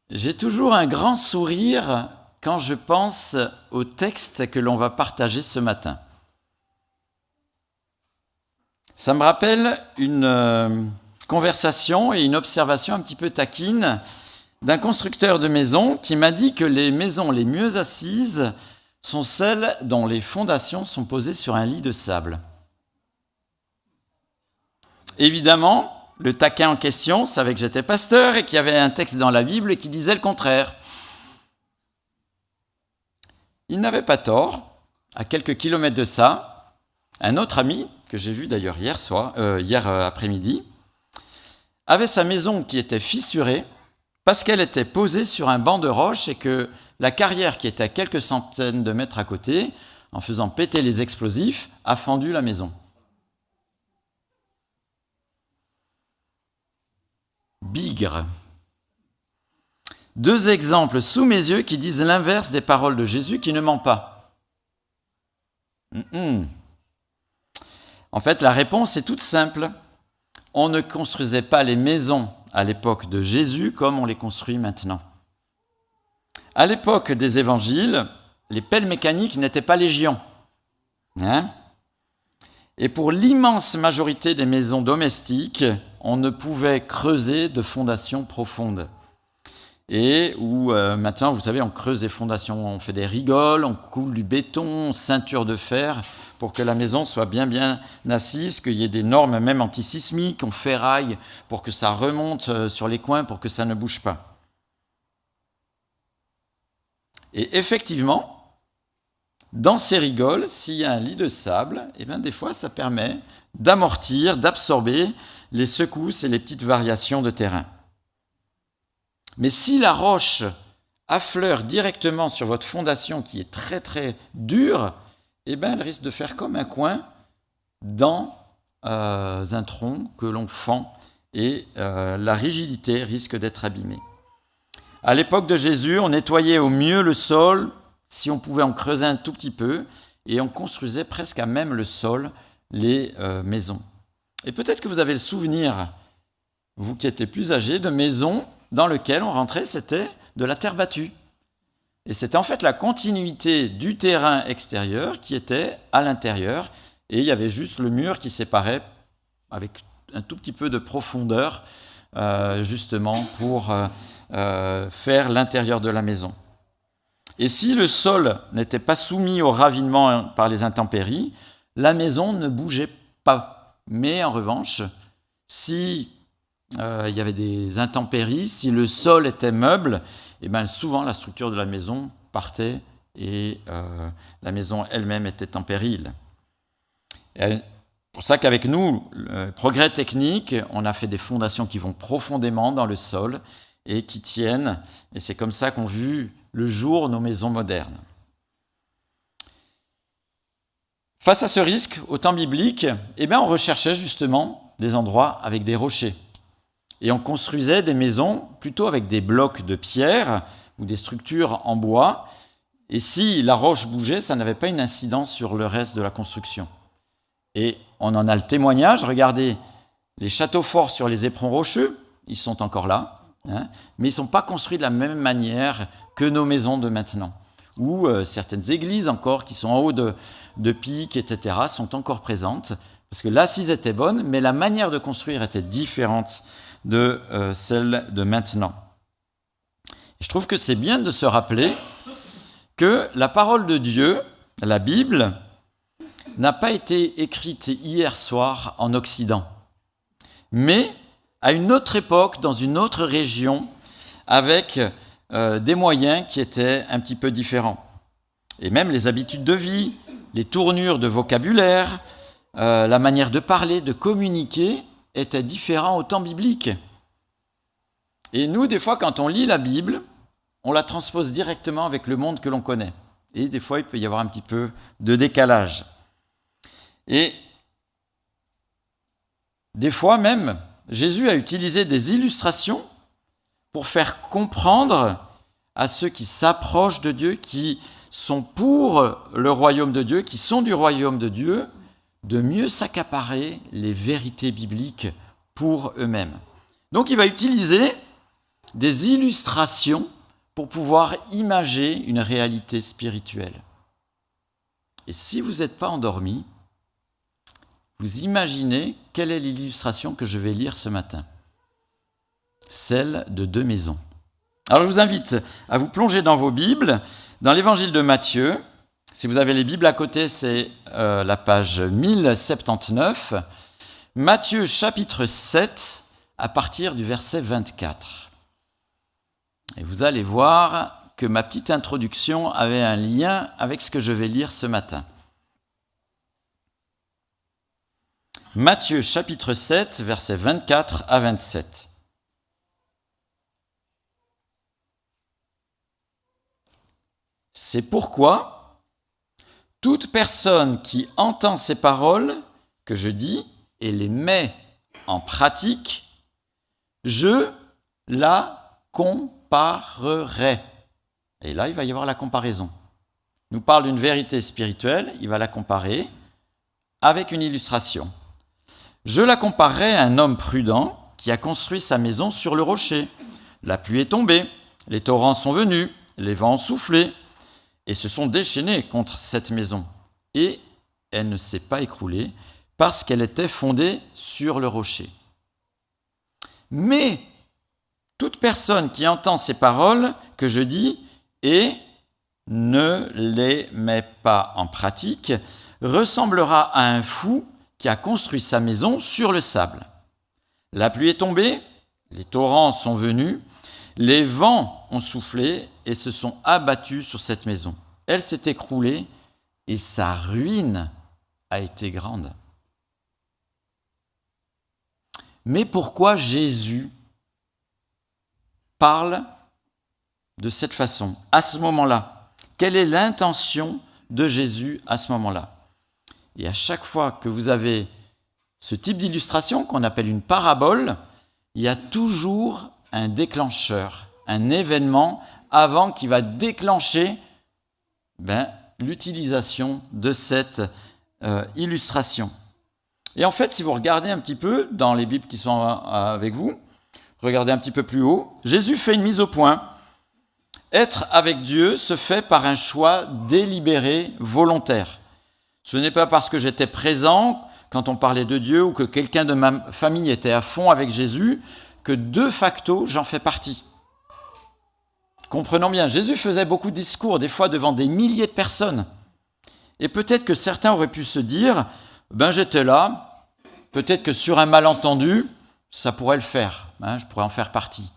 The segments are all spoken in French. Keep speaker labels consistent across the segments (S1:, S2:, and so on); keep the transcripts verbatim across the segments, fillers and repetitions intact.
S1: J'ai toujours un grand sourire quand je pense au texte que l'on va partager ce matin. Ça me rappelle une euh, conversation et une observation un petit peu taquine d'un constructeur de maisons qui m'a dit que les maisons les mieux assises sont celles dont les fondations sont posées sur un lit de sable. Évidemment, le taquin en question savait que j'étais pasteur et qu'il y avait un texte dans la Bible qui disait le contraire. Il n'avait pas tort. À quelques kilomètres de ça, un autre ami, que j'ai vu d'ailleurs hier soir, euh, hier après-midi, avait sa maison qui était fissurée parce qu'elle était posée sur un banc de roche et que la carrière qui était à quelques centaines de mètres à côté, en faisant péter les explosifs, a fendu la maison. Bigre. Deux exemples sous mes yeux qui disent l'inverse des paroles de Jésus qui ne ment pas. Mm-mm. En fait, la réponse est toute simple. On ne construisait pas les maisons à l'époque de Jésus comme on les construit maintenant. À l'époque des évangiles, les pelles mécaniques n'étaient pas légion. Hein ? Et pour l'immense majorité des maisons domestiques, on ne pouvait creuser de fondations profondes. Et où euh, maintenant, vous savez, on creuse des fondations, on fait des rigoles, on coule du béton, on ceinture de fer pour que la maison soit bien bien assise, qu'il y ait des normes même antisismiques, on ferraille pour que ça remonte sur les coins, pour que ça ne bouge pas. Et effectivement, dans ces rigoles, s'il y a un lit de sable, eh bien des fois, ça permet d'amortir, d'absorber les secousses et les petites variations de terrain. Mais si la roche affleure directement sur votre fondation qui est très très dure, eh bien elle risque de faire comme un coin dans euh, un tronc que l'on fend et euh, la rigidité risque d'être abîmée. À l'époque de Jésus, on nettoyait au mieux le sol, si on pouvait en creuser un tout petit peu, et on construisait presque à même le sol les euh, maisons. Et peut-être que vous avez le souvenir, vous qui étiez plus âgés, de maisons dans lesquelles on rentrait, c'était de la terre battue. Et c'était en fait la continuité du terrain extérieur qui était à l'intérieur, et il y avait juste le mur qui séparait avec un tout petit peu de profondeur, euh, justement pour euh, euh, faire l'intérieur de la maison. Et si le sol n'était pas soumis au ravinement par les intempéries, la maison ne bougeait pas. Mais en revanche, si euh, il y avait des intempéries, si le sol était meuble, eh bien souvent la structure de la maison partait et euh, la maison elle-même était en péril. C'est pour ça qu'avec nous, le progrès technique, on a fait des fondations qui vont profondément dans le sol et qui tiennent. Et c'est comme ça qu'ont vu le jour nos maisons modernes. Face à ce risque, au temps biblique, eh bien, on recherchait justement des endroits avec des rochers. Et on construisait des maisons plutôt avec des blocs de pierre ou des structures en bois. Et si la roche bougeait, ça n'avait pas une incidence sur le reste de la construction. Et on en a le témoignage. Regardez, les châteaux forts sur les éperons rocheux, ils sont encore là, hein, mais ils ne sont pas construits de la même manière que nos maisons de maintenant. Ou euh, certaines églises encore qui sont en haut de, de pics, et cetera, sont encore présentes, parce que l'assise était bonne, mais la manière de construire était différente de euh, celle de maintenant. Et je trouve que c'est bien de se rappeler que la parole de Dieu, la Bible, n'a pas été écrite hier soir en Occident, mais à une autre époque, dans une autre région, avec euh, des moyens qui étaient un petit peu différents. Et même les habitudes de vie, les tournures de vocabulaire, euh, la manière de parler, de communiquer, étaient différents au temps biblique. Et nous, des fois, quand on lit la Bible, on la transpose directement avec le monde que l'on connaît. Et des fois, il peut y avoir un petit peu de décalage. Et des fois même, Jésus a utilisé des illustrations pour faire comprendre à ceux qui s'approchent de Dieu, qui sont pour le royaume de Dieu, qui sont du royaume de Dieu, de mieux s'accaparer les vérités bibliques pour eux-mêmes. Donc il va utiliser des illustrations pour pouvoir imager une réalité spirituelle. Et si vous n'êtes pas endormi, vous imaginez quelle est l'illustration que je vais lire ce matin. Celle de deux maisons. Alors je vous invite à vous plonger dans vos Bibles, dans l'évangile de Matthieu. Si vous avez les Bibles à côté, c'est euh, la page mille soixante-dix-neuf. Matthieu chapitre sept, à partir du verset vingt-quatre. Et vous allez voir que ma petite introduction avait un lien avec ce que je vais lire ce matin. Matthieu chapitre sept, versets vingt-quatre à vingt-sept. C'est pourquoi toute personne qui entend ces paroles que je dis et les met en pratique, je la comparerai. Et là, il va y avoir la comparaison. Il nous parle d'une vérité spirituelle, il va la comparer avec une illustration. Je la comparerai à un homme prudent qui a construit sa maison sur le rocher. La pluie est tombée, les torrents sont venus, les vents ont soufflé et se sont déchaînés contre cette maison. Et elle ne s'est pas écroulée parce qu'elle était fondée sur le rocher. Mais toute personne qui entend ces paroles que je dis et ne les met pas en pratique ressemblera à un fou qui a construit sa maison sur le sable. La pluie est tombée, les torrents sont venus, les vents ont soufflé et se sont abattus sur cette maison. Elle s'est écroulée et sa ruine a été grande. Mais pourquoi Jésus parle de cette façon, à ce moment-là? Quelle est l'intention de Jésus à ce moment-là? Et à chaque fois que vous avez ce type d'illustration qu'on appelle une parabole, il y a toujours un déclencheur, un événement avant qui va déclencher ben, l'utilisation de cette euh, illustration. Et en fait, si vous regardez un petit peu dans les Bibles qui sont avec vous, regardez un petit peu plus haut, Jésus fait une mise au point. Être avec Dieu se fait par un choix délibéré, volontaire. Ce n'est pas parce que j'étais présent quand on parlait de Dieu ou que quelqu'un de ma famille était à fond avec Jésus que de facto j'en fais partie. Comprenons bien, Jésus faisait beaucoup de discours, des fois devant des milliers de personnes. Et peut-être que certains auraient pu se dire, ben j'étais là, peut-être que sur un malentendu, ça pourrait le faire, hein, je pourrais en faire partie.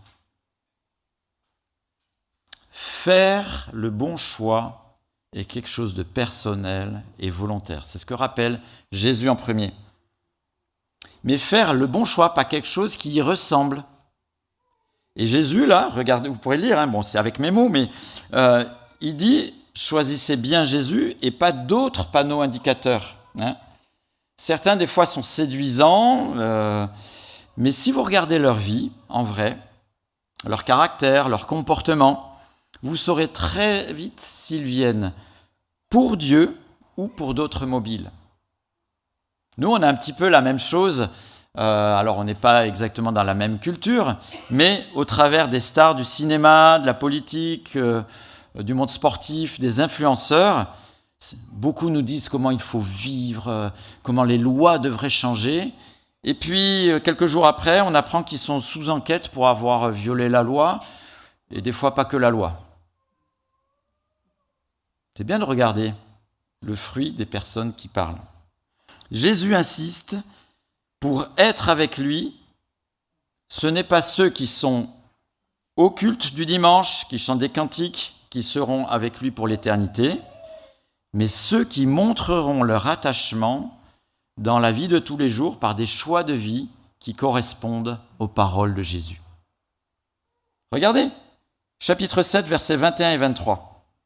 S1: Faire le bon choix est quelque chose de personnel et volontaire. C'est ce que rappelle Jésus en premier. Mais faire le bon choix, pas quelque chose qui y ressemble. Et Jésus, là, regardez, vous pourrez lire, hein, bon, c'est avec mes mots, mais euh, il dit, choisissez bien Jésus et pas d'autres panneaux indicateurs. Hein. Certains, des fois, sont séduisants, euh, mais si vous regardez leur vie, en vrai, leur caractère, leur comportement, vous saurez très vite s'ils viennent pour Dieu ou pour d'autres mobiles. Nous, on a un petit peu la même chose. Euh, alors, on n'est pas exactement dans la même culture, mais au travers des stars du cinéma, de la politique, euh, du monde sportif, des influenceurs, beaucoup nous disent comment il faut vivre, euh, comment les lois devraient changer. Et puis, euh, quelques jours après, on apprend qu'ils sont sous enquête pour avoir violé la loi, et des fois pas que la loi. C'est bien de regarder le fruit des personnes qui parlent. Jésus insiste, pour être avec lui, ce n'est pas ceux qui sont au culte du dimanche, qui chantent des cantiques, qui seront avec lui pour l'éternité, mais ceux qui montreront leur attachement dans la vie de tous les jours par des choix de vie qui correspondent aux paroles de Jésus. Regardez, chapitre sept, versets vingt et un et vingt-trois.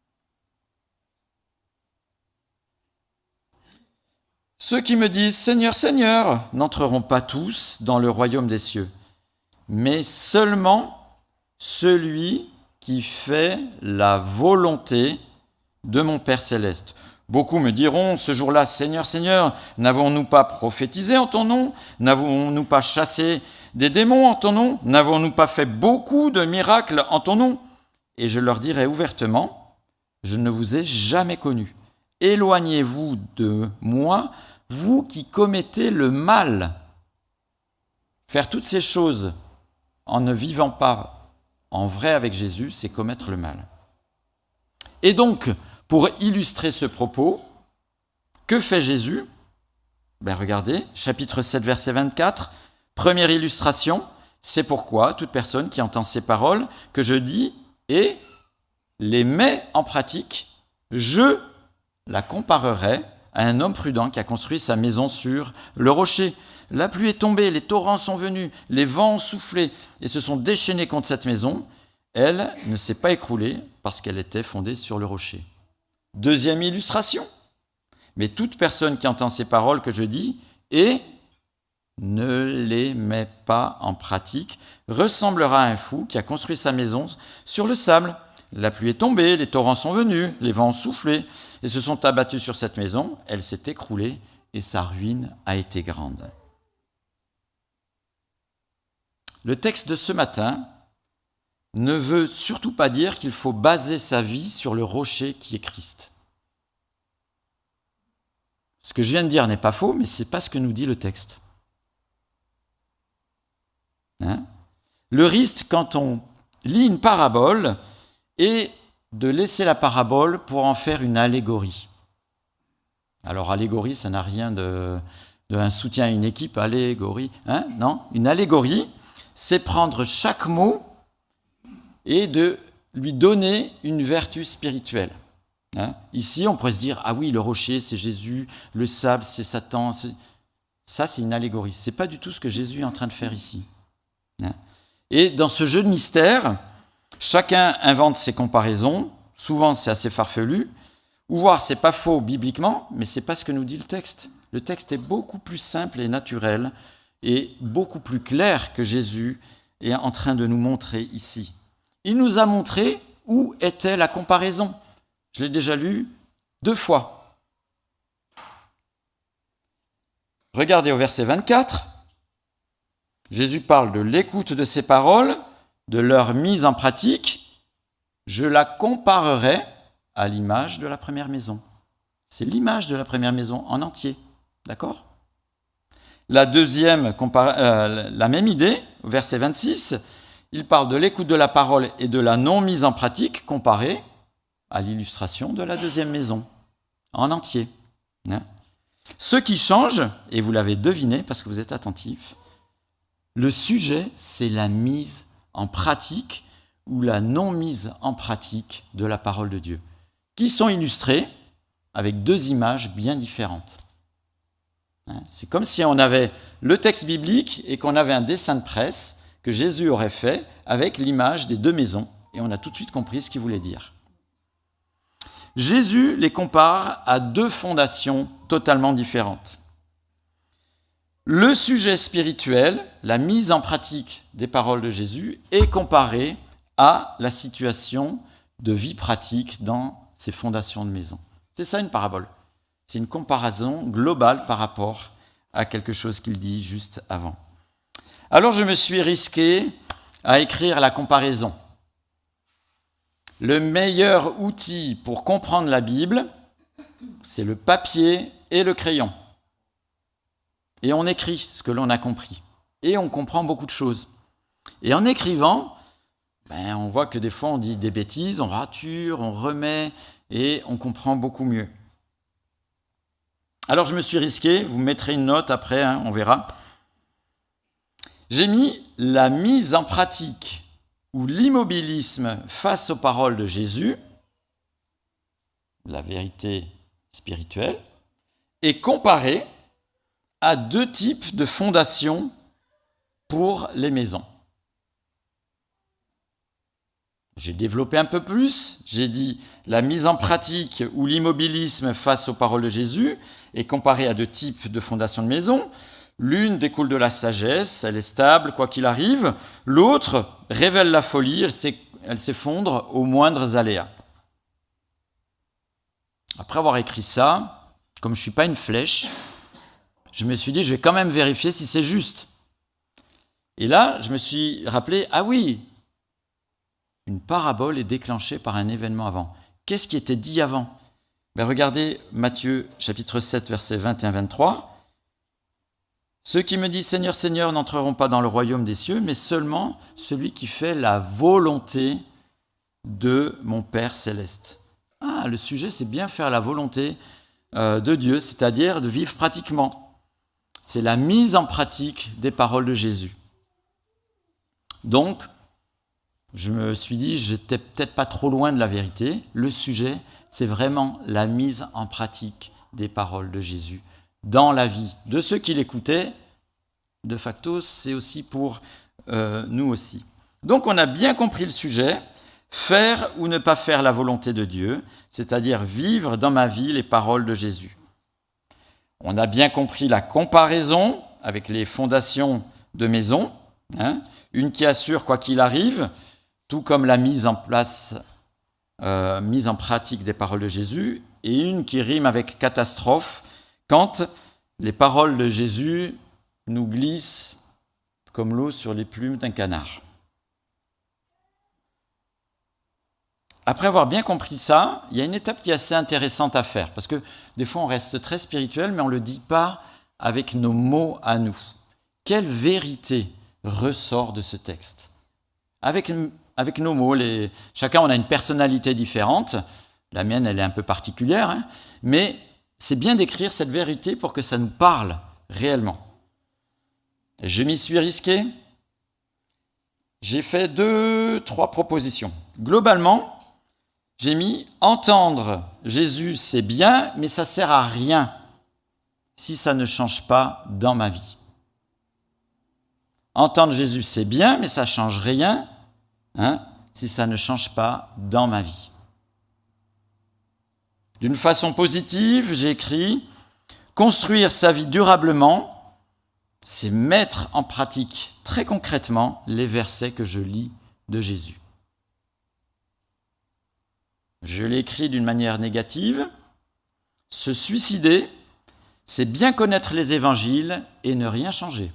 S1: Ceux qui me disent « Seigneur, Seigneur » n'entreront pas tous dans le royaume des cieux, mais seulement celui qui fait la volonté de mon Père céleste. Beaucoup me diront ce jour-là, Seigneur, Seigneur, n'avons-nous pas prophétisé en ton nom? N'avons-nous pas chassé des démons en ton nom? N'avons-nous pas fait beaucoup de miracles en ton nom? Et je leur dirai ouvertement, je ne vous ai jamais connus. Éloignez-vous de moi, vous qui commettez le mal. Faire toutes ces choses en ne vivant pas en vrai avec Jésus, c'est commettre le mal. Et donc, pour illustrer ce propos, que fait Jésus? Ben regardez, chapitre sept, verset vingt-quatre, première illustration, c'est pourquoi toute personne qui entend ces paroles que je dis et les met en pratique, je la comparerai à un homme prudent qui a construit sa maison sur le rocher. La pluie est tombée, les torrents sont venus, les vents ont soufflé et se sont déchaînés contre cette maison. Elle ne s'est pas écroulée parce qu'elle était fondée sur le rocher. Deuxième illustration. Mais toute personne qui entend ces paroles que je dis et ne les met pas en pratique ressemblera à un fou qui a construit sa maison sur le sable. La pluie est tombée, les torrents sont venus, les vents ont soufflé et se sont abattus sur cette maison. Elle s'est écroulée et sa ruine a été grande. Le texte de ce matin ne veut surtout pas dire qu'il faut baser sa vie sur le rocher qui est Christ. Ce que je viens de dire n'est pas faux, mais ce n'est pas ce que nous dit le texte. Hein? Le risque, quand on lit une parabole, est de laisser la parabole pour en faire une allégorie. Alors, allégorie, ça n'a rien de, de un soutien à une équipe, allégorie. Hein? Non, une allégorie, c'est prendre chaque mot et de lui donner une vertu spirituelle. Hein? Ici, on pourrait se dire, ah oui, le rocher, c'est Jésus, le sable, c'est Satan. C'est... Ça, c'est une allégorie. Ce n'est pas du tout ce que Jésus est en train de faire ici. Hein? Et dans ce jeu de mystère, chacun invente ses comparaisons. Souvent, c'est assez farfelu. Ou voir, c'est pas faux bibliquement, mais c'est pas ce que nous dit le texte. Le texte est beaucoup plus simple et naturel et beaucoup plus clair que Jésus est en train de nous montrer ici. Il nous a montré où était la comparaison. Je l'ai déjà lu deux fois. Regardez au verset vingt-quatre. Jésus parle de l'écoute de ces paroles, de leur mise en pratique. Je la comparerai à l'image de la première maison. C'est l'image de la première maison en entier. D'accord ? La deuxième, compara- euh, la même idée, au verset vingt-six, il parle de l'écoute de la parole et de la non-mise en pratique comparée à l'illustration de la deuxième maison, en entier. Hein ? Ce qui change, et vous l'avez deviné parce que vous êtes attentifs, le sujet, c'est la mise en pratique ou la non-mise en pratique de la parole de Dieu, qui sont illustrées avec deux images bien différentes. Hein ? C'est comme si on avait le texte biblique et qu'on avait un dessin de presse que Jésus aurait fait avec l'image des deux maisons, et on a tout de suite compris ce qu'il voulait dire. Jésus les compare à deux fondations totalement différentes. Le sujet spirituel, la mise en pratique des paroles de Jésus, est comparé à la situation de vie pratique dans ces fondations de maison. C'est ça une parabole. C'est une comparaison globale par rapport à quelque chose qu'il dit juste avant. Alors je me suis risqué à écrire la comparaison. Le meilleur outil pour comprendre la Bible, c'est le papier et le crayon. Et on écrit ce que l'on a compris. Et on comprend beaucoup de choses. Et en écrivant, ben, on voit que des fois on dit des bêtises, on rature, on remet, et on comprend beaucoup mieux. Alors je me suis risqué, vous mettrez une note après, hein, on verra. J'ai mis la mise en pratique ou l'immobilisme face aux paroles de Jésus, la vérité spirituelle, est comparé à deux types de fondations pour les maisons. J'ai développé un peu plus, j'ai dit la mise en pratique ou l'immobilisme face aux paroles de Jésus est comparé à deux types de fondations de maison. L'une découle de la sagesse, elle est stable quoi qu'il arrive. L'autre révèle la folie, elle s'effondre aux moindres aléas. Après avoir écrit ça, comme je ne suis pas une flèche, je me suis dit, je vais quand même vérifier si c'est juste. Et là, je me suis rappelé, ah oui, une parabole est déclenchée par un événement avant. Qu'est-ce qui était dit avant ? Ben regardez Matthieu chapitre sept, versets vingt et un à vingt-trois. Ceux qui me disent Seigneur, Seigneur n'entreront pas dans le royaume des cieux, mais seulement celui qui fait la volonté de mon Père céleste. Ah, le sujet, c'est bien faire la volonté euh, de Dieu, c'est-à-dire de vivre pratiquement. C'est la mise en pratique des paroles de Jésus. Donc, je me suis dit, j'étais peut-être pas trop loin de la vérité. Le sujet, c'est vraiment la mise en pratique des paroles de Jésus dans la vie de ceux qui l'écoutaient. De facto, c'est aussi pour euh, nous aussi. Donc, on a bien compris le sujet. Faire ou ne pas faire la volonté de Dieu, c'est-à-dire vivre dans ma vie les paroles de Jésus. On a bien compris la comparaison avec les fondations de maison, hein, une qui assure quoi qu'il arrive, tout comme la mise en place, euh, mise en pratique des paroles de Jésus, et une qui rime avec catastrophe, quand les paroles de Jésus nous glissent comme l'eau sur les plumes d'un canard. Après avoir bien compris ça, il y a une étape qui est assez intéressante à faire, parce que des fois on reste très spirituel, mais on ne le dit pas avec nos mots à nous. Quelle vérité ressort de ce texte ? Avec, avec nos mots, les, chacun on a une personnalité différente, la mienne elle est un peu particulière, hein, mais c'est bien d'écrire cette vérité pour que ça nous parle réellement. Et je m'y suis risqué. J'ai fait deux, trois propositions. Globalement, j'ai mis « entendre Jésus, c'est bien, mais ça ne sert à rien si ça ne change pas dans ma vie. » Entendre Jésus, c'est bien, mais ça ne change rien hein, si ça ne change pas dans ma vie. D'une façon positive, j'ai écrit « construire sa vie durablement, c'est mettre en pratique très concrètement les versets que je lis de Jésus. » Je l'ai écrit d'une manière négative. Se suicider, c'est bien connaître les évangiles et ne rien changer.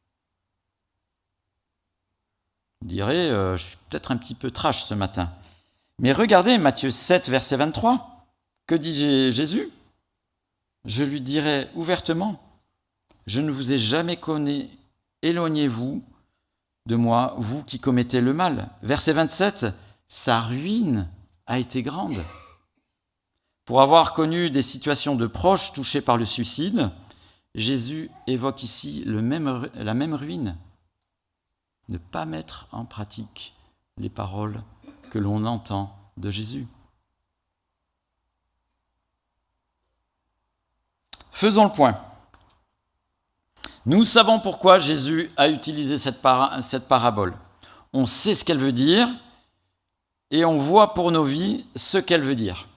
S1: Vous direz, euh, je suis peut-être un petit peu trash ce matin. Mais regardez Matthieu sept, verset vingt-trois. Que dit Jésus ? Je lui dirai ouvertement, je ne vous ai jamais connu, éloignez-vous de moi, vous qui commettez le mal. Verset vingt-sept, sa ruine a été grande. Pour avoir connu des situations de proches touchés par le suicide, Jésus évoque ici le même, la même ruine. Ne pas mettre en pratique les paroles que l'on entend de Jésus. Faisons le point. Nous savons pourquoi Jésus a utilisé cette, para- cette parabole. On sait ce qu'elle veut dire et on voit pour nos vies ce qu'elle veut dire.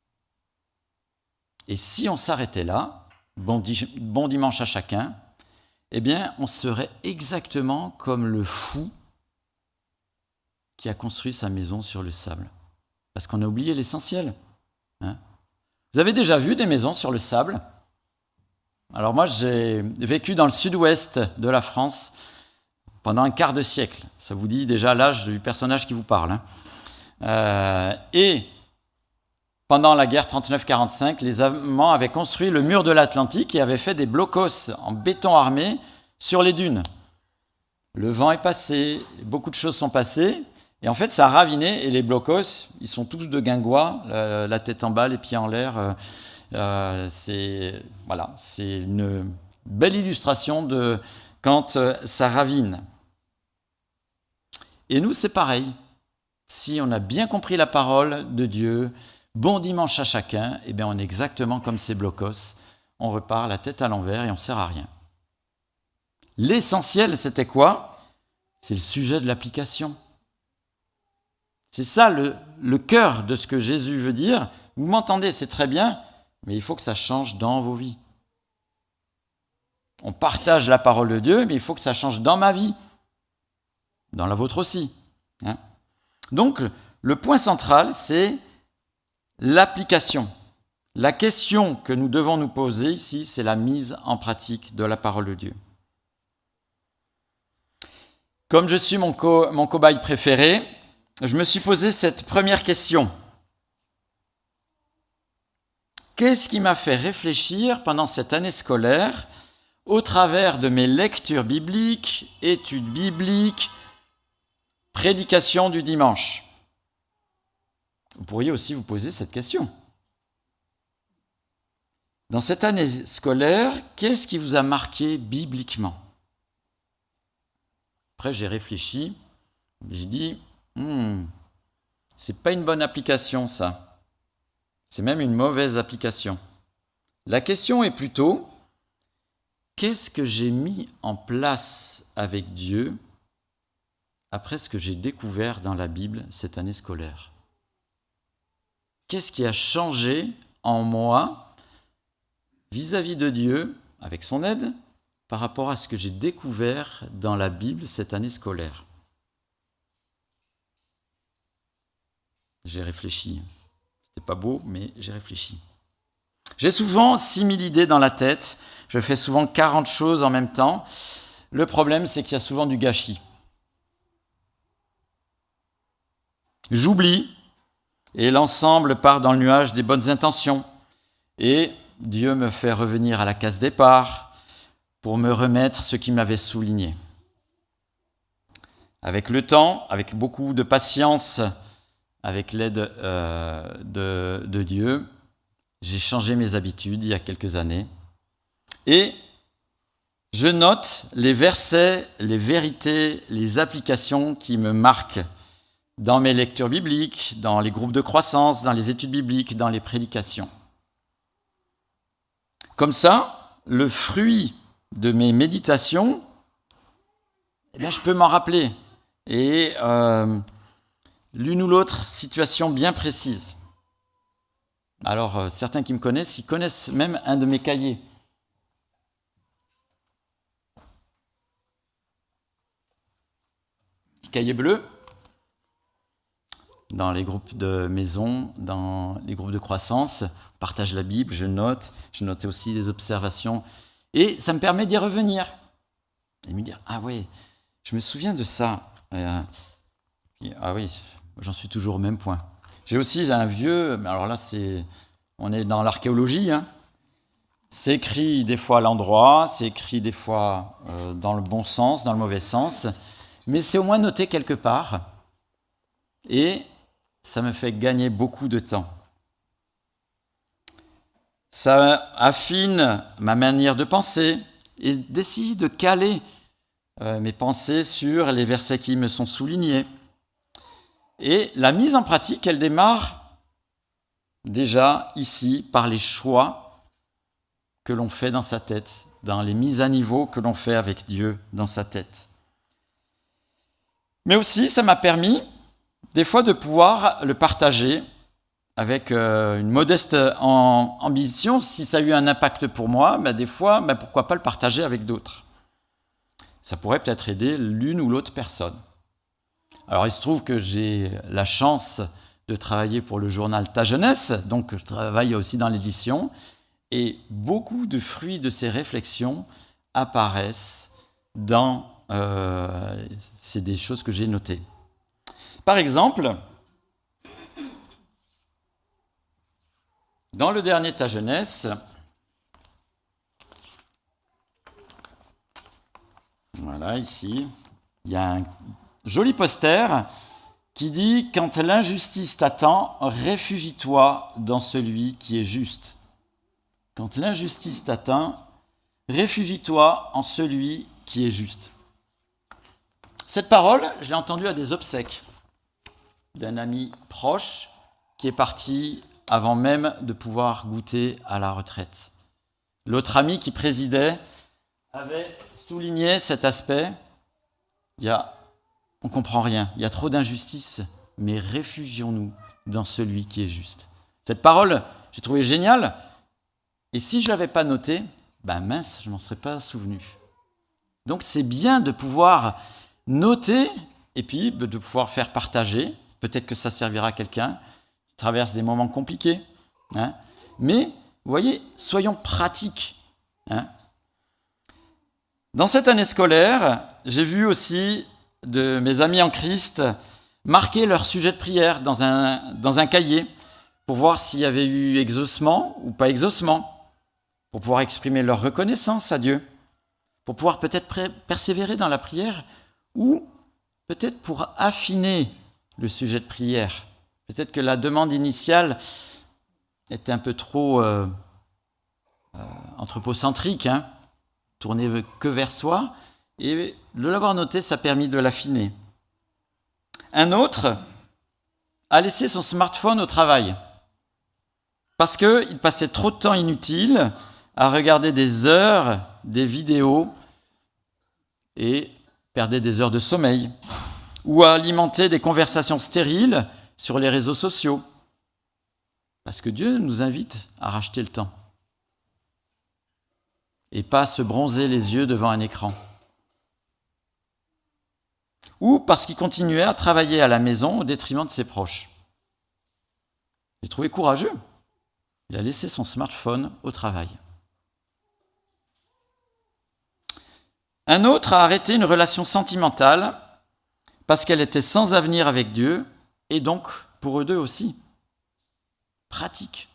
S1: Et si on s'arrêtait là, bon, di- bon dimanche à chacun, eh bien, on serait exactement comme le fou qui a construit sa maison sur le sable. Parce qu'on a oublié l'essentiel. Hein ? Vous avez déjà vu des maisons sur le sable ? Alors moi, j'ai vécu dans le sud-ouest de la France pendant un quart de siècle. Ça vous dit déjà l'âge du personnage qui vous parle. Hein ? Euh, et pendant la guerre trente-neuf quarante-cinq, les Allemands avaient construit le mur de l'Atlantique et avaient fait des blocos en béton armé sur les dunes. Le vent est passé, beaucoup de choses sont passées, et en fait ça a raviné, et les blocos, ils sont tous de guingois, la, la tête en bas, les pieds en l'air. Euh, euh, c'est, voilà, c'est une belle illustration de quand euh, ça ravine. Et nous, c'est pareil. Si on a bien compris la parole de Dieu, bon dimanche à chacun, eh bien on est exactement comme ces blocos. On repart la tête à l'envers et on ne sert à rien. L'essentiel, c'était quoi ? C'est le sujet de l'application. C'est ça le, le cœur de ce que Jésus veut dire. Vous m'entendez, c'est très bien, mais il faut que ça change dans vos vies. On partage la parole de Dieu, mais il faut que ça change dans ma vie. Dans la vôtre aussi. Hein ? Donc, le point central, c'est l'application. La question que nous devons nous poser ici, c'est la mise en pratique de la parole de Dieu. Comme je suis mon, co- mon cobaye préféré, je me suis posé cette première question. Qu'est-ce qui m'a fait réfléchir pendant cette année scolaire au travers de mes lectures bibliques, études bibliques, prédications du dimanche? Vous pourriez aussi vous poser cette question. Dans cette année scolaire, qu'est-ce qui vous a marqué bibliquement? Après, j'ai réfléchi, j'ai dit, hmm, c'est pas une bonne application, ça. C'est même une mauvaise application. La question est plutôt, qu'est-ce que j'ai mis en place avec Dieu après ce que j'ai découvert dans la Bible cette année scolaire? Qu'est-ce qui a changé en moi vis-à-vis de Dieu, avec son aide, par rapport à ce que j'ai découvert dans la Bible cette année scolaire? J'ai réfléchi. C'était pas beau, mais j'ai réfléchi. J'ai souvent six mille idées dans la tête. Je fais souvent quarante choses en même temps. Le problème, c'est qu'il y a souvent du gâchis. J'oublie, et l'ensemble part dans le nuage des bonnes intentions. Et Dieu me fait revenir à la case départ pour me remettre ce qui m'avait souligné. Avec le temps, avec beaucoup de patience, avec l'aide euh, de, de Dieu, j'ai changé mes habitudes il y a quelques années. Et je note les versets, les vérités, les applications qui me marquent dans mes lectures bibliques, dans les groupes de croissance, dans les études bibliques, dans les prédications. Comme ça, le fruit de mes méditations, eh bien, je peux m'en rappeler. Et euh, l'une ou l'autre situation bien précise. Alors, euh, certains qui me connaissent, ils connaissent même un de mes cahiers. Petit cahier bleu. Dans les groupes de maison, dans les groupes de croissance, on partage la Bible, je note, je notais aussi des observations. Et ça me permet d'y revenir. Et de me dire, ah oui, je me souviens de ça. Euh, et, ah oui, j'en suis toujours au même point. J'ai aussi un vieux, mais alors là, c'est, on est dans l'archéologie, hein. C'est écrit des fois à l'endroit, c'est écrit des fois euh, dans le bon sens, dans le mauvais sens, mais c'est au moins noté quelque part. Et ça me fait gagner beaucoup de temps. Ça affine ma manière de penser et d'essayer de caler euh, mes pensées sur les versets qui me sont soulignés. Et la mise en pratique, elle démarre déjà ici par les choix que l'on fait dans sa tête, dans les mises à niveau que l'on fait avec Dieu dans sa tête. Mais aussi, ça m'a permis des fois de pouvoir le partager avec euh, une modeste en, ambition. Si ça a eu un impact pour moi, ben des fois, ben pourquoi pas le partager avec d'autres. Ça pourrait peut-être aider l'une ou l'autre personne. Alors il se trouve que j'ai la chance de travailler pour le journal Ta Jeunesse, donc je travaille aussi dans l'édition, et beaucoup de fruits de ces réflexions apparaissent dans... Euh, c'est des choses que j'ai notées. Par exemple, dans le dernier Ta Jeunesse, voilà ici, il y a un joli poster qui dit « Quand l'injustice t'attend, réfugie-toi dans celui qui est juste. » Quand l'injustice t'atteint, réfugie-toi en celui qui est juste. Cette parole, je l'ai entendue à des obsèques d'un ami proche qui est parti avant même de pouvoir goûter à la retraite. L'autre ami qui présidait avait souligné cet aspect. Il y a, on ne comprend rien, il y a trop d'injustice, mais réfugions-nous dans celui qui est juste. Cette parole, j'ai trouvé géniale, et si je ne l'avais pas notée, ben mince, je ne m'en serais pas souvenu. Donc c'est bien de pouvoir noter, et puis de pouvoir faire partager. Peut-être que ça servira à quelqu'un qui traverse des moments compliqués, hein, Mais, vous voyez, soyons pratiques. Hein. Dans cette année scolaire, j'ai vu aussi de mes amis en Christ marquer leur sujet de prière dans un, dans un cahier pour voir s'il y avait eu exaucement ou pas exaucement, pour pouvoir exprimer leur reconnaissance à Dieu, pour pouvoir peut-être pré- persévérer dans la prière ou peut-être pour affiner le sujet de prière. Peut-être que la demande initiale était un peu trop euh, euh, anthropocentrique, hein, tournée que vers soi, et de l'avoir noté, ça a permis de l'affiner. Un autre a laissé son smartphone au travail parce qu'il passait trop de temps inutile à regarder des heures, des vidéos et perdait des heures de sommeil, ou à alimenter des conversations stériles sur les réseaux sociaux. Parce que Dieu nous invite à racheter le temps et pas à se bronzer les yeux devant un écran. Ou parce qu'il continuait à travailler à la maison au détriment de ses proches. J'ai trouvé courageux. Il a laissé son smartphone au travail. Un autre a arrêté une relation sentimentale parce qu'elle était sans avenir avec Dieu et donc pour eux deux aussi. Pratique.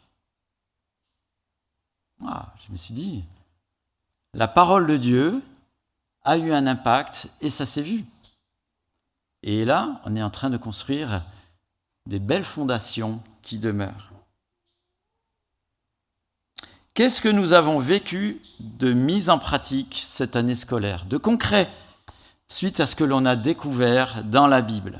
S1: Ah, je me suis dit, la parole de Dieu a eu un impact et ça s'est vu. Et là, on est en train de construire des belles fondations qui demeurent. Qu'est-ce que nous avons vécu de mise en pratique cette année scolaire, de concret, suite à ce que l'on a découvert dans la Bible?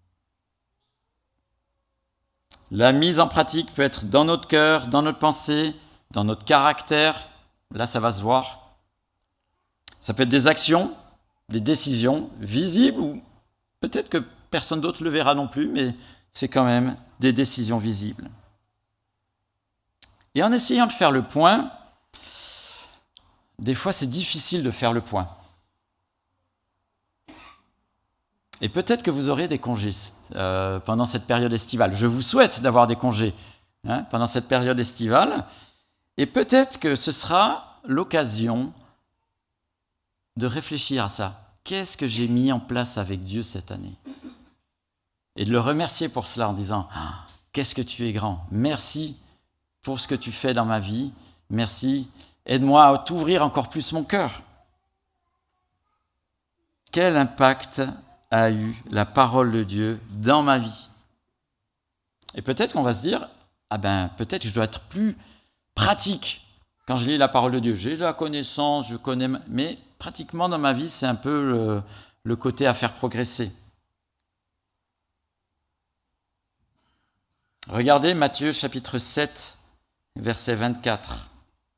S1: La mise en pratique peut être dans notre cœur, dans notre pensée, dans notre caractère. Là, ça va se voir. Ça peut être des actions, des décisions visibles ou peut-être que personne d'autre le verra non plus, mais c'est quand même des décisions visibles. Et en essayant de faire le point, des fois c'est difficile de faire le point. Et peut-être que vous aurez des congés euh, pendant cette période estivale. Je vous souhaite d'avoir des congés hein, pendant cette période estivale. Et peut-être que ce sera l'occasion de réfléchir à ça. Qu'est-ce que j'ai mis en place avec Dieu cette année? Et de le remercier pour cela en disant ah, « Qu'est-ce que tu es grand? Merci pour ce que tu fais dans ma vie. Merci. Aide-moi à t'ouvrir encore plus mon cœur. » Quel impact a eu la parole de Dieu dans ma vie? Et peut-être qu'on va se dire « Ah ben, peut-être que je dois être plus pratique quand je lis la parole de Dieu. J'ai de la connaissance, je connais... » Mais pratiquement dans ma vie, c'est un peu le, le côté à faire progresser. Regardez Matthieu chapitre sept, verset vingt-quatre.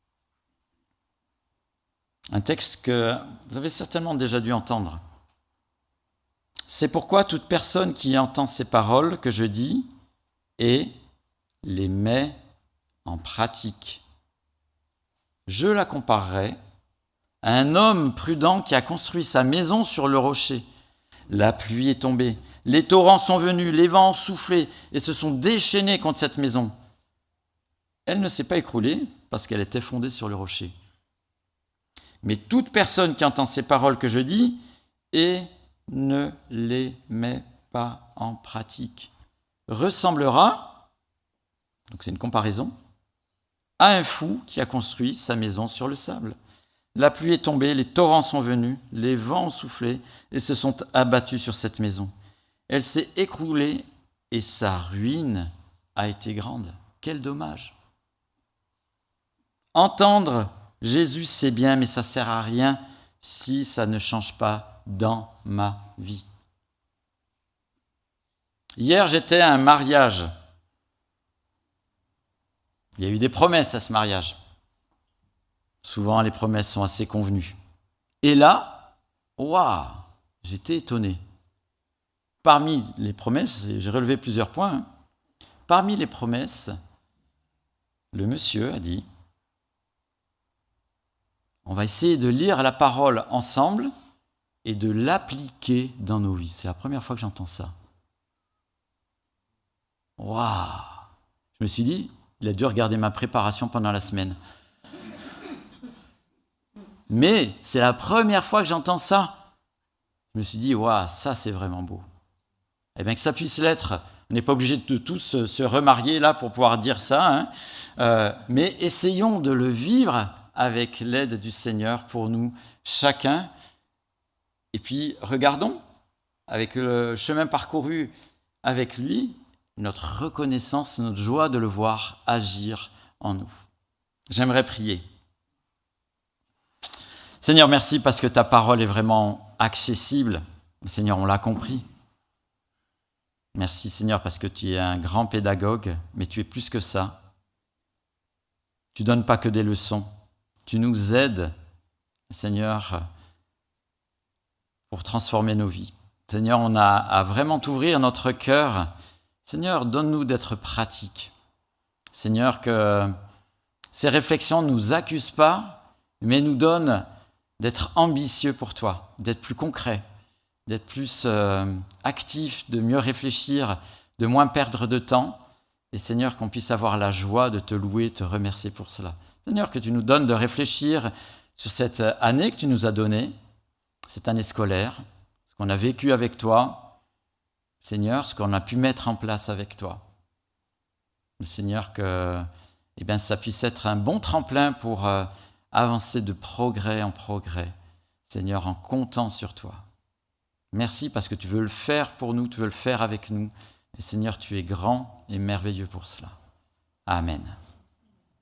S1: Un texte que vous avez certainement déjà dû entendre. « C'est pourquoi toute personne qui entend ces paroles que je dis et les met en pratique, je la comparerai à un homme prudent qui a construit sa maison sur le rocher. La pluie est tombée, les torrents sont venus, les vents ont soufflé et se sont déchaînés contre cette maison. Elle ne s'est pas écroulée parce qu'elle était fondée sur le rocher. Mais toute personne qui entend ces paroles que je dis et ne les met pas en pratique ressemblera, donc c'est une comparaison, à un fou qui a construit sa maison sur le sable. La pluie est tombée, les torrents sont venus, les vents ont soufflé et se sont abattus sur cette maison. Elle s'est écroulée et sa ruine a été grande. Quel dommage! Entendre Jésus, c'est bien, mais ça ne sert à rien si ça ne change pas dans ma vie. Hier, j'étais à un mariage. Il y a eu des promesses à ce mariage. Souvent, les promesses sont assez convenues. Et là, waouh, j'étais étonné. Parmi les promesses, j'ai relevé plusieurs points, hein. Parmi les promesses, le monsieur a dit « On va essayer de lire la parole ensemble et de l'appliquer dans nos vies. » C'est la première fois que j'entends ça. Waouh! Je me suis dit, Il a dû regarder ma préparation pendant la semaine. Mais c'est la première fois que j'entends ça. Je me suis dit, waouh, ça c'est vraiment beau. Eh bien que ça puisse l'être. On n'est pas obligé de tous se remarier là pour pouvoir dire ça, hein. euh, mais essayons de le vivre avec l'aide du Seigneur pour nous, chacun. Et puis regardons, avec le chemin parcouru avec lui, notre reconnaissance, notre joie de le voir agir en nous. J'aimerais prier. Seigneur, merci parce que ta parole est vraiment accessible. Seigneur, on l'a compris. Merci Seigneur parce que tu es un grand pédagogue, mais tu es plus que ça. Tu ne donnes pas que des leçons. Tu nous aides, Seigneur, pour transformer nos vies. Seigneur, on a à vraiment t'ouvrir notre cœur. Seigneur, donne-nous d'être pratiques. Seigneur, que ces réflexions ne nous accusent pas, mais nous donnent d'être ambitieux pour toi, d'être plus concrets, d'être plus euh, actifs, de mieux réfléchir, de moins perdre de temps. Et Seigneur, qu'on puisse avoir la joie de te louer, te remercier pour cela. Seigneur, que tu nous donnes de réfléchir sur cette année que tu nous as donnée, cette année scolaire, ce qu'on a vécu avec toi, Seigneur, ce qu'on a pu mettre en place avec toi. Seigneur, que eh bien, ça puisse être un bon tremplin pour euh, avancer de progrès en progrès, Seigneur, en comptant sur toi. Merci parce que tu veux le faire pour nous, tu veux le faire avec nous. Et Seigneur, tu es grand et merveilleux pour cela. Amen.